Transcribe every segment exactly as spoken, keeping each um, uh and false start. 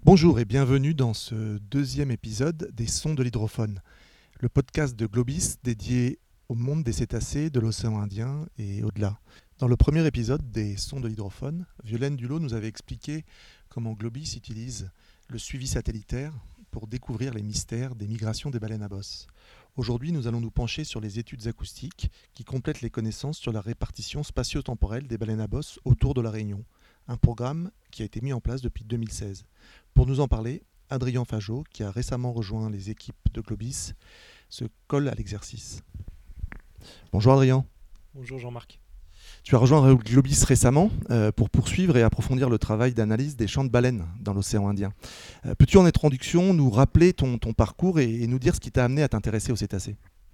Bonjour et bienvenue dans ce deuxième épisode des Sons de l'hydrophone, le podcast de Globis dédié au monde des cétacés de l'océan Indien et au-delà. Dans le premier épisode des Sons de l'hydrophone, Violaine Dulot nous avait expliqué comment Globis utilise le suivi satellitaire pour découvrir les mystères des migrations des baleines à bosse. Aujourd'hui, nous allons nous pencher sur les études acoustiques qui complètent les connaissances sur la répartition spatio-temporelle des baleines à bosse autour de la Réunion, un programme qui a été mis en place depuis deux mille seize. Pour nous en parler, Adrien Fajot, qui a récemment rejoint les équipes de Globis, se colle à l'exercice. Bonjour Adrien. Bonjour Jean-Marc. Tu as rejoint Globis récemment euh, pour poursuivre et approfondir le travail d'analyse des champs de baleines dans l'océan Indien. Euh, peux-tu en introduction nous rappeler ton, ton parcours et, et nous dire ce qui t'a amené à t'intéresser aux cétacés ?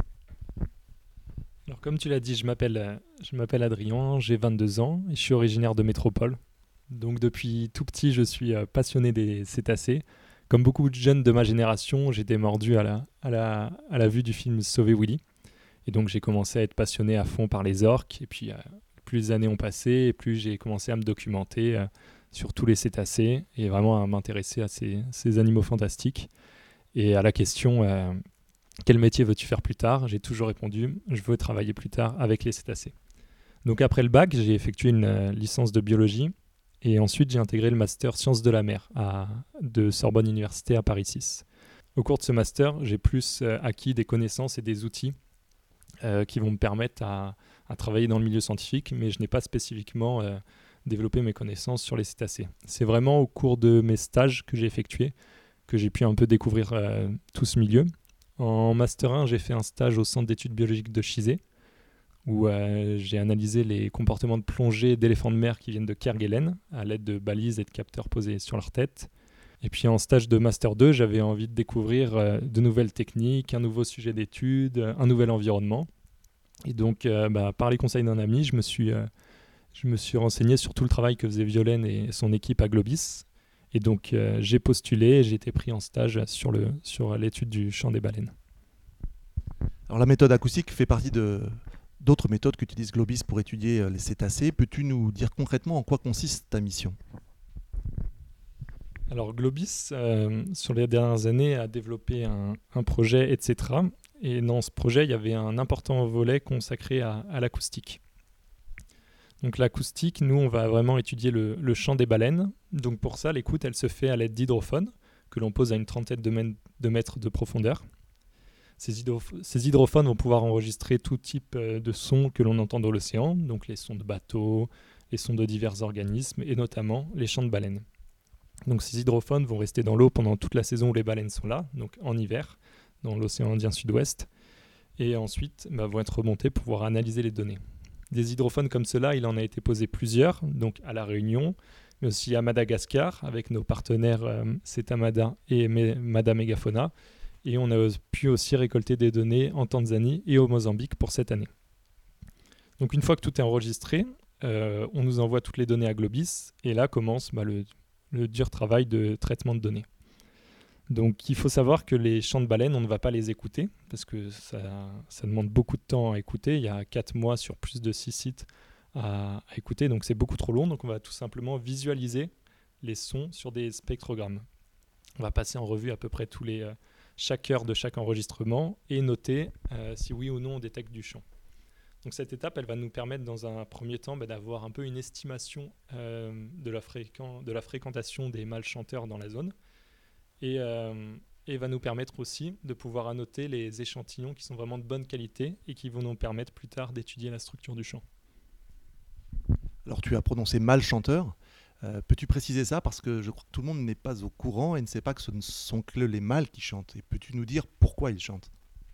Alors comme tu l'as dit, je m'appelle, je m'appelle Adrien, j'ai vingt-deux ans et je suis originaire de Métropole. Donc depuis tout petit, je suis passionné des cétacés. Comme beaucoup de jeunes de ma génération, j'étais mordu à la, à la, à la vue du film Sauver Willy. Et donc j'ai commencé à être passionné à fond par les orques. Et puis euh, plus les années ont passé, et plus j'ai commencé à me documenter euh, sur tous les cétacés et vraiment à m'intéresser à ces, ces animaux fantastiques. Et à la question euh, « Quel métier veux-tu faire plus tard ?» j'ai toujours répondu « Je veux travailler plus tard avec les cétacés ». Donc après le bac, j'ai effectué une euh, licence de biologie. Et ensuite, j'ai intégré le master Sciences de la mer à, de Sorbonne Université à Paris six. Au cours de ce master, j'ai plus euh, acquis des connaissances et des outils euh, qui vont me permettre à, à travailler dans le milieu scientifique, mais je n'ai pas spécifiquement euh, développé mes connaissances sur les cétacés. C'est vraiment au cours de mes stages que j'ai effectués que j'ai pu un peu découvrir euh, tout ce milieu. En master un, j'ai fait un stage au Centre d'études biologiques de Chizé, où euh, j'ai analysé les comportements de plongée d'éléphants de mer qui viennent de Kerguelen à l'aide de balises et de capteurs posés sur leur tête. Et puis en stage de Master deux, j'avais envie de découvrir euh, de nouvelles techniques, un nouveau sujet d'étude, un nouvel environnement. Et donc, euh, bah, par les conseils d'un ami, je me, suis, euh, je me suis renseigné sur tout le travail que faisait Violaine et son équipe à Globis. Et donc, euh, j'ai postulé et j'ai été pris en stage sur, le, sur l'étude du champ des baleines. Alors la méthode acoustique fait partie de... d'autres méthodes qu'utilise Globis pour étudier les cétacés. Peux-tu nous dire concrètement en quoi consiste ta mission ? Alors Globis, euh, sur les dernières années, a développé un, un projet, et cetera. Et dans ce projet, il y avait un important volet consacré à, à l'acoustique. Donc l'acoustique, nous, on va vraiment étudier le, le chant des baleines. Donc pour ça, l'écoute, elle se fait à l'aide d'hydrophones que l'on pose à une trentaine de, mètres de, mètres de profondeur. Ces, hydroph- ces hydrophones vont pouvoir enregistrer tout type de sons que l'on entend dans l'océan, donc les sons de bateaux, les sons de divers organismes et notamment les chants de baleines. Donc ces hydrophones vont rester dans l'eau pendant toute la saison où les baleines sont là, donc en hiver, dans l'océan Indien Sud-Ouest, et ensuite bah, vont être remontés pour pouvoir analyser les données. Des hydrophones comme cela, il en a été posé plusieurs, donc à La Réunion, mais aussi à Madagascar, avec nos partenaires euh, Cetamada et Mada Megafauna. Et on a pu aussi récolter des données en Tanzanie et au Mozambique pour cette année. Donc une fois que tout est enregistré, euh, on nous envoie toutes les données à Globis et là commence bah, le, le dur travail de traitement de données. Donc il faut savoir que les chants de baleines, on ne va pas les écouter parce que ça, ça demande beaucoup de temps à écouter. Il y a quatre mois sur plus de six sites à, à écouter, donc c'est beaucoup trop long. Donc on va tout simplement visualiser les sons sur des spectrogrammes. On va passer en revue à peu près tous les... Euh, chaque heure de chaque enregistrement et noter euh, si oui ou non on détecte du chant. Donc cette étape, elle va nous permettre dans un premier temps bah, d'avoir un peu une estimation euh, de, la fréquent- de la fréquentation des mâles chanteurs dans la zone et, euh, et va nous permettre aussi de pouvoir annoter les échantillons qui sont vraiment de bonne qualité et qui vont nous permettre plus tard d'étudier la structure du chant. Alors tu as prononcé mâle chanteur. Euh, peux-tu préciser ça parce que je crois que tout le monde n'est pas au courant et ne sait pas que ce ne sont que les mâles qui chantent. Et peux-tu nous dire pourquoi ils chantent ?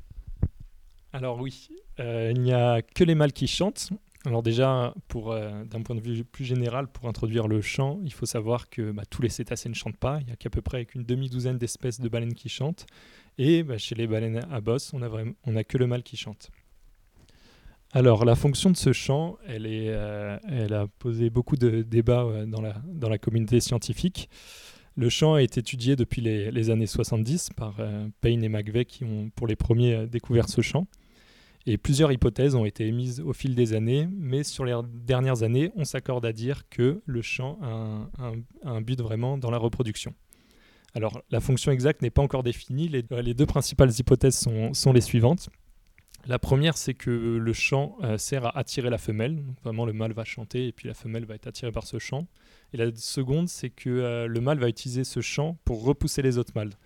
Alors oui, euh, il n'y a que les mâles qui chantent. Alors déjà, pour, euh, d'un point de vue plus général, pour introduire le chant, il faut savoir que bah, tous les cétacés ne chantent pas. Il n'y a qu'à peu près qu'une demi-douzaine d'espèces de baleines qui chantent. Et bah, chez les baleines à bosse, on n'a vraiment, on n'a que le mâle qui chante. Alors, la fonction de ce chant, elle, est, euh, elle a posé beaucoup de débats euh, dans, la, dans la communauté scientifique. Le chant est étudié depuis les, les années soixante-dix par euh, Payne et McVeigh qui ont pour les premiers euh, découvert ce chant. Et plusieurs hypothèses ont été émises au fil des années, mais sur les dernières années, on s'accorde à dire que le chant a un, un, un but vraiment dans la reproduction. Alors, la fonction exacte n'est pas encore définie. Les, les deux principales hypothèses sont, sont les suivantes. La première, c'est que le chant euh, sert à attirer la femelle. Donc, vraiment, le mâle va chanter et puis la femelle va être attirée par ce chant. Et la seconde, c'est que euh, le mâle va utiliser ce chant pour repousser les autres mâles,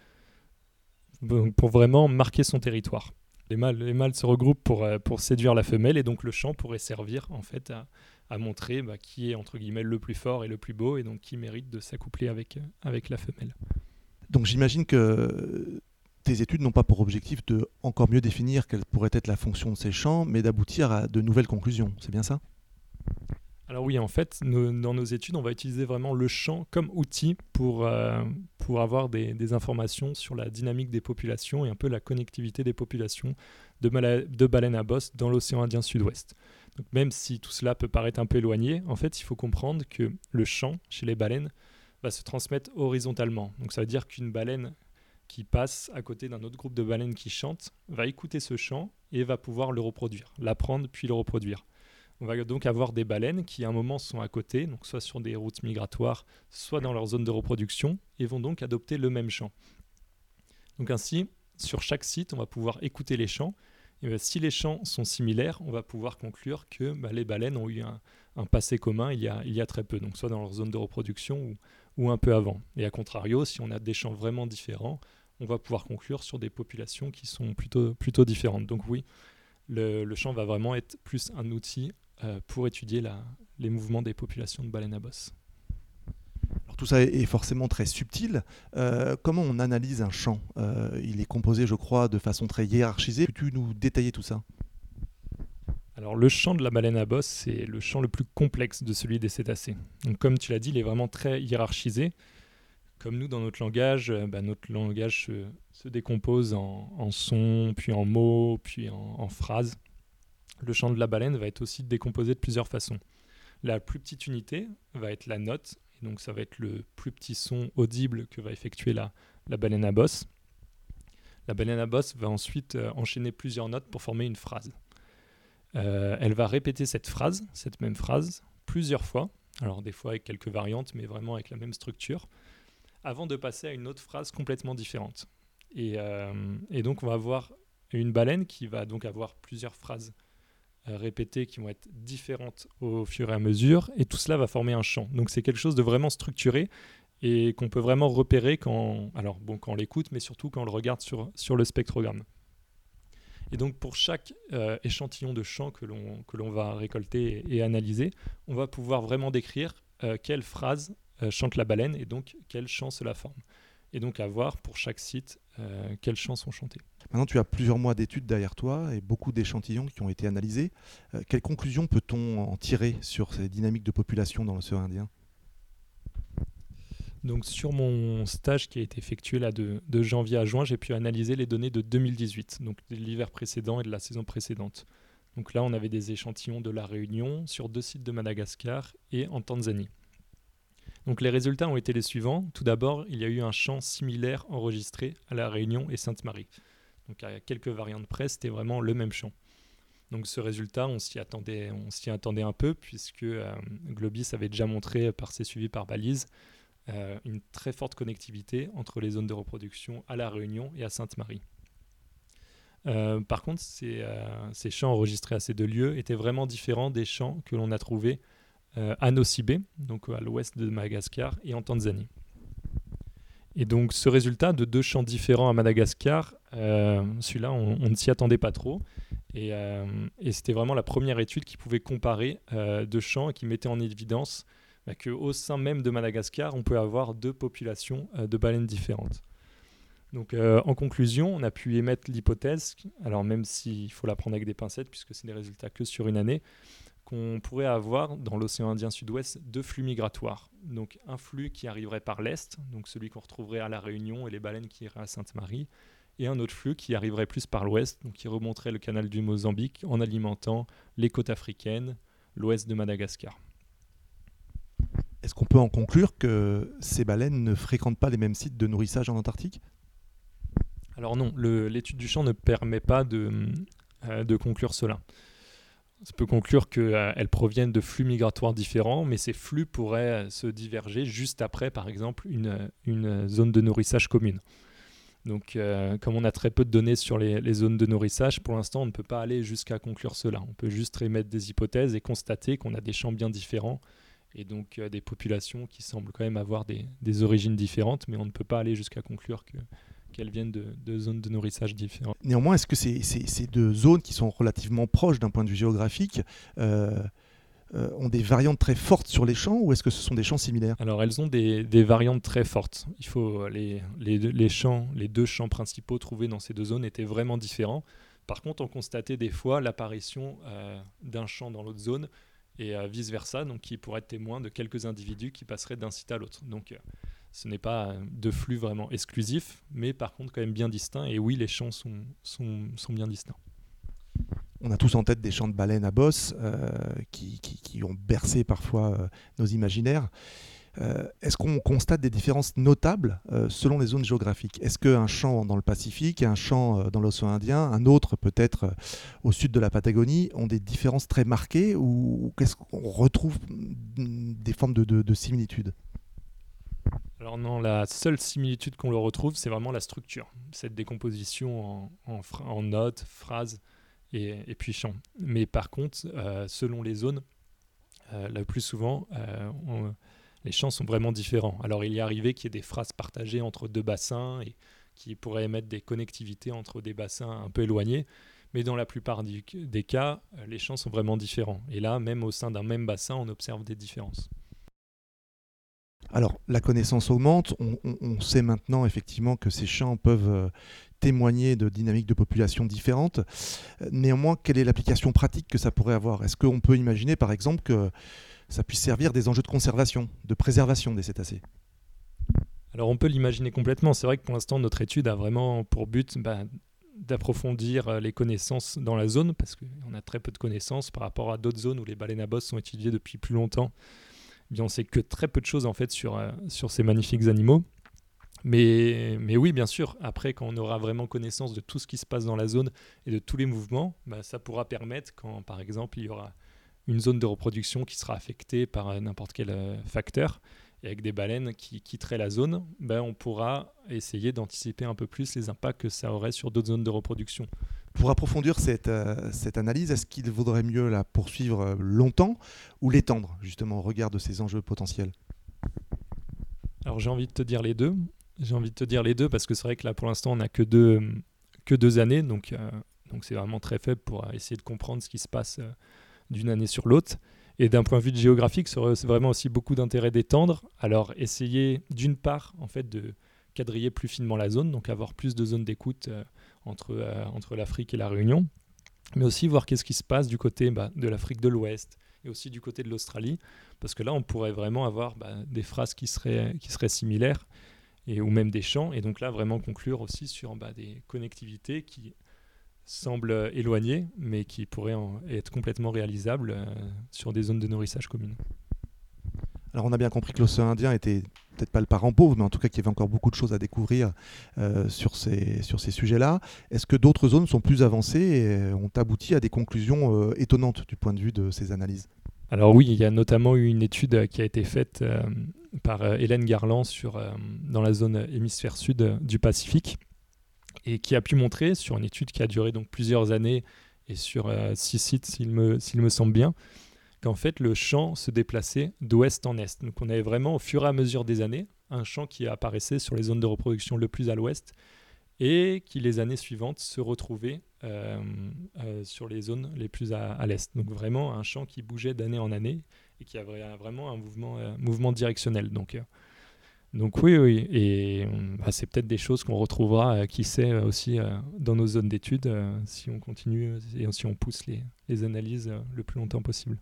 pour vraiment marquer son territoire. Les mâles, les mâles se regroupent pour, euh, pour séduire la femelle et donc le chant pourrait servir en fait à, à montrer bah, qui est entre guillemets le plus fort et le plus beau et donc qui mérite de s'accoupler avec, avec la femelle. Donc j'imagine que tes études n'ont pas pour objectif de encore mieux définir quelle pourrait être la fonction de ces chants, mais d'aboutir à de nouvelles conclusions. C'est bien ça ? Alors oui, en fait, nos, dans nos études, on va utiliser vraiment le chant comme outil pour, euh, pour avoir des, des informations sur la dynamique des populations et un peu la connectivité des populations de, mala- de baleines à bosse dans l'océan Indien Sud-Ouest. Donc même si tout cela peut paraître un peu éloigné, en fait, il faut comprendre que le chant chez les baleines va se transmettre horizontalement. Donc ça veut dire qu'une baleine qui passe à côté d'un autre groupe de baleines qui chantent va écouter ce chant et va pouvoir le reproduire, l'apprendre puis le reproduire. On va donc avoir des baleines qui à un moment sont à côté, donc soit sur des routes migratoires, soit dans leur zone de reproduction, et vont donc adopter le même chant. Donc ainsi, sur chaque site, on va pouvoir écouter les chants. Et bien, si les chants sont similaires, on va pouvoir conclure que bah, les baleines ont eu un, un passé commun il y, a, il y a très peu, donc soit dans leur zone de reproduction ou, ou un peu avant. Et à contrario, si on a des chants vraiment différents, on va pouvoir conclure sur des populations qui sont plutôt, plutôt différentes. Donc oui, le, le chant va vraiment être plus un outil euh, pour étudier la, les mouvements des populations de baleines à bosse. Alors, tout ça est forcément très subtil. Euh, comment on analyse un chant ? euh, Il est composé, je crois, de façon très hiérarchisée. Peux-tu nous détailler tout ça ? Alors le chant de la baleine à bosse, c'est le chant le plus complexe de celui des cétacés. Donc comme tu l'as dit, il est vraiment très hiérarchisé. Comme nous, dans notre langage, euh, bah, notre langage se, se décompose en, en sons, puis en mots, puis en, en phrases. Le chant de la baleine va être aussi décomposé de plusieurs façons. La plus petite unité va être la note, et donc ça va être le plus petit son audible que va effectuer la, la baleine à bosse. La baleine à bosse va ensuite euh, enchaîner plusieurs notes pour former une phrase. Euh, elle va répéter cette phrase, cette même phrase, plusieurs fois, alors des fois avec quelques variantes, mais vraiment avec la même structure, avant de passer à une autre phrase complètement différente. Et, euh, et donc on va avoir une baleine qui va donc avoir plusieurs phrases euh, répétées qui vont être différentes au fur et à mesure, et tout cela va former un chant. Donc c'est quelque chose de vraiment structuré et qu'on peut vraiment repérer quand, alors bon, quand on l'écoute, mais surtout quand on le regarde sur, sur le spectrogramme. Et donc pour chaque euh, échantillon de chant que l'on, que l'on va récolter et, et analyser, on va pouvoir vraiment décrire euh, quelle phrase euh, chante la baleine et donc quel chant cela forme. Et donc à voir pour chaque site euh, quels chants sont chantés. Maintenant, tu as plusieurs mois d'études derrière toi et beaucoup d'échantillons qui ont été analysés. Euh, quelles conclusions peut-on en tirer sur ces dynamiques de population dans l'océan Indien ? Donc sur mon stage qui a été effectué là de, de janvier à juin, j'ai pu analyser les données de deux mille dix-huit, donc de l'hiver précédent et de la saison précédente. Donc là, on avait des échantillons de la Réunion sur deux sites de Madagascar et en Tanzanie. Donc les résultats ont été les suivants. Tout d'abord, il y a eu un chant similaire enregistré à la Réunion et Sainte-Marie. Donc à quelques variantes près, c'était vraiment le même chant. Donc ce résultat, on s'y attendait, on s'y attendait un peu puisque euh, Globis avait déjà montré par ses suivis par balises Euh, une très forte connectivité entre les zones de reproduction à La Réunion et à Sainte-Marie. Euh, par contre, ces, euh, ces chants enregistrés à ces deux lieux étaient vraiment différents des chants que l'on a trouvés euh, à Nosy-Be, donc à l'ouest de Madagascar, et en Tanzanie. Et donc ce résultat de deux chants différents à Madagascar, euh, celui-là, on, on ne s'y attendait pas trop. Et, euh, et c'était vraiment la première étude qui pouvait comparer euh, deux chants et qui mettait en évidence bah, qu'au sein même de Madagascar, on peut avoir deux populations euh, de baleines différentes. Donc, euh, en conclusion, on a pu émettre l'hypothèse, alors même s'il faut la prendre avec des pincettes, puisque c'est des résultats que sur une année, qu'on pourrait avoir dans l'océan Indien Sud-Ouest deux flux migratoires. Donc, un flux qui arriverait par l'est, donc celui qu'on retrouverait à La Réunion et les baleines qui iraient à Sainte-Marie, et un autre flux qui arriverait plus par l'ouest, donc qui remonterait le canal du Mozambique en alimentant les côtes africaines, l'ouest de Madagascar. Est-ce qu'on peut en conclure que ces baleines ne fréquentent pas les mêmes sites de nourrissage en Antarctique ? Alors non, le, l'étude du chant ne permet pas de, euh, de conclure cela. ça peut conclure qu'elles euh, proviennent de flux migratoires différents, mais ces flux pourraient se diverger juste après, par exemple, une, une zone de nourrissage commune. Donc, euh, comme on a très peu de données sur les, les zones de nourrissage, pour l'instant, on ne peut pas aller jusqu'à conclure cela. On peut juste émettre des hypothèses et constater qu'on a des champs bien différents et donc euh, des populations qui semblent quand même avoir des, des origines différentes, mais on ne peut pas aller jusqu'à conclure que, qu'elles viennent de, de zones de nourrissage différentes. Néanmoins, est-ce que ces, ces, ces deux zones qui sont relativement proches d'un point de vue géographique euh, euh, ont des variantes très fortes sur les champs, ou est-ce que ce sont des champs similaires ? Alors elles ont des, des variantes très fortes. Il faut les, les, les champs, les deux champs principaux trouvés dans ces deux zones étaient vraiment différents. Par contre, on constatait des fois l'apparition euh, d'un champ dans l'autre zone et euh, vice-versa, donc qui pourrait être témoin de quelques individus qui passeraient d'un site à l'autre. Donc euh, ce n'est pas deux flux vraiment exclusifs, mais par contre quand même bien distincts. Et oui, les champs sont, sont, sont bien distincts. On a tous en tête des champs de baleines à bosse euh, qui, qui, qui ont bercé parfois euh, nos imaginaires. Euh, est-ce qu'on constate des différences notables euh, selon les zones géographiques ? Est-ce qu'un champ dans le Pacifique, un champ euh, dans l'océan Indien, un autre peut-être euh, au sud de la Patagonie ont des différences très marquées, ou, ou qu'est-ce qu'on retrouve des formes de, de, de similitudes ? Alors non, la seule similitude qu'on le retrouve, c'est vraiment la structure, cette décomposition en, en, fra- en notes, phrases et, et puis chants. Mais par contre, euh, selon les zones, euh, le plus souvent, euh, on, les chants sont vraiment différents. Alors il y est arrivé qu'il y ait des phrases partagées entre deux bassins et qui pourraient émettre des connectivités entre des bassins un peu éloignés, mais dans la plupart du, des cas, les chants sont vraiment différents. Et là, même au sein d'un même bassin, on observe des différences. Alors, la connaissance augmente. On, on, on sait maintenant effectivement que ces champs peuvent euh, témoigner de dynamiques de population différentes. Euh, Néanmoins, quelle est l'application pratique que ça pourrait avoir ? Est-ce qu'on peut imaginer, par exemple, que ça puisse servir des enjeux de conservation, de préservation des cétacés ? Alors, on peut l'imaginer complètement. C'est vrai que pour l'instant, notre étude a vraiment pour but bah, d'approfondir les connaissances dans la zone, parce qu'on a très peu de connaissances par rapport à d'autres zones où les baleines à bosse sont étudiées depuis plus longtemps. Eh bien, on sait que très peu de choses en fait sur, euh, sur ces magnifiques animaux. Mais, mais oui, bien sûr, après, quand on aura vraiment connaissance de tout ce qui se passe dans la zone et de tous les mouvements, bah, ça pourra permettre, quand par exemple il y aura une zone de reproduction qui sera affectée par euh, n'importe quel euh, facteur, et avec des baleines qui quitteraient la zone, bah, on pourra essayer d'anticiper un peu plus les impacts que ça aurait sur d'autres zones de reproduction. Pour approfondir cette, euh, cette analyse, est-ce qu'il vaudrait mieux la poursuivre longtemps ou l'étendre, justement, au regard de ces enjeux potentiels ? Alors j'ai envie de te dire les deux. J'ai envie de te dire les deux parce que c'est vrai que là, pour l'instant, on n'a que deux, que deux années. Donc, euh, donc c'est vraiment très faible pour essayer de comprendre ce qui se passe euh, d'une année sur l'autre. Et d'un point de vue géographique, ça aurait vraiment aussi beaucoup d'intérêt d'étendre. Alors essayer d'une part, en fait, de quadriller plus finement la zone, donc avoir plus de zones d'écoute euh, entre, euh, entre l'Afrique et la Réunion, mais aussi voir qu'est-ce qui se passe du côté bah, de l'Afrique de l'Ouest et aussi du côté de l'Australie, parce que là, on pourrait vraiment avoir bah, des phrases qui seraient, qui seraient similaires, et, ou même des chants, et donc là, vraiment conclure aussi sur bah, des connectivités qui semblent éloignées, mais qui pourraient en être complètement réalisables euh, sur des zones de nourrissage communes. Alors on a bien compris que l'océan Indien était peut-être pas le parent pauvre, mais en tout cas qu'il y avait encore beaucoup de choses à découvrir euh, sur ces, sur ces sujets-là. Est-ce que d'autres zones sont plus avancées et ont abouti à des conclusions euh, étonnantes du point de vue de ces analyses ? Alors oui, il y a notamment eu une étude qui a été faite euh, par euh, Hélène Garland sur, euh, dans la zone hémisphère sud euh, du Pacifique, et qui a pu montrer, sur une étude qui a duré donc plusieurs années et sur euh, six sites, s'il me, s'il me semble bien, qu'en fait le champ se déplaçait d'ouest en est. Donc on avait vraiment au fur et à mesure des années un champ qui apparaissait sur les zones de reproduction le plus à l'ouest et qui les années suivantes se retrouvait euh, euh, sur les zones les plus à, à l'est. Donc vraiment un champ qui bougeait d'année en année et qui avait vraiment un mouvement, euh, mouvement directionnel. Donc, euh, donc oui, oui, et bah, c'est peut-être des choses qu'on retrouvera, euh, qui sait, euh, aussi euh, dans nos zones d'études, euh, si on continue et si on pousse les, les analyses euh, le plus longtemps possible.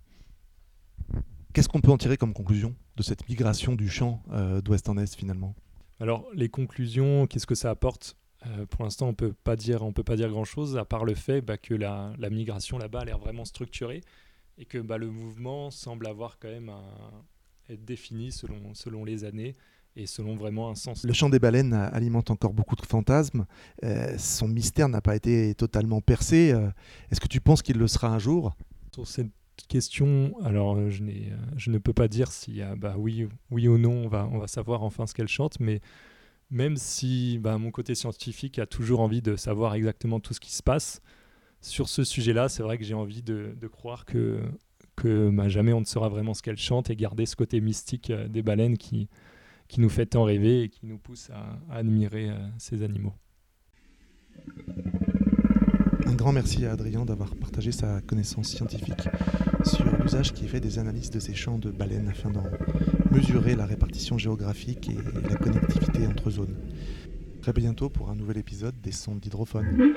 Qu'est-ce qu'on peut en tirer comme conclusion de cette migration du champ euh, d'ouest en est finalement ? Alors les conclusions, qu'est-ce que ça apporte ? euh, Pour l'instant, on peut pas dire, on peut pas dire grand-chose, à part le fait bah, que la, la migration là-bas a l'air vraiment structurée et que bah, le mouvement semble avoir quand même un, être défini selon, selon les années et selon vraiment un sens. Le chant des baleines alimente encore beaucoup de fantasmes. Euh, son mystère n'a pas été totalement percé. Euh, est-ce que tu penses qu'il le sera un jour ? Sur cette question, alors euh, je, n'ai, euh, je ne peux pas dire si euh, bah, oui, oui ou non on va, on va savoir enfin ce qu'elle chante, mais même si bah, mon côté scientifique a toujours envie de savoir exactement tout ce qui se passe, sur ce sujet-là, c'est vrai que j'ai envie de, de croire que, que bah, jamais on ne saura vraiment ce qu'elle chante et garder ce côté mystique euh, des baleines qui, qui nous fait tant rêver et qui nous pousse à, à admirer euh, ces animaux. Un grand merci à Adrien d'avoir partagé sa connaissance scientifique sur l'usage qui est fait des analyses de ces chants de baleines afin d'en mesurer la répartition géographique et la connectivité entre zones. Très bientôt pour un nouvel épisode des sons d'hydrophone.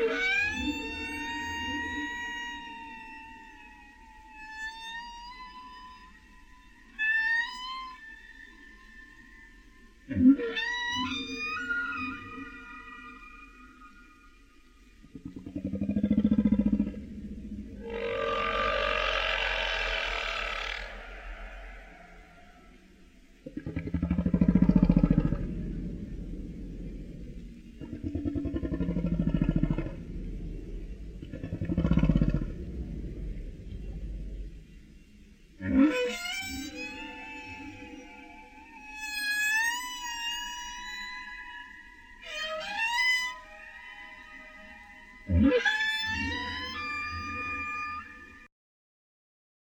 Mm-hmm.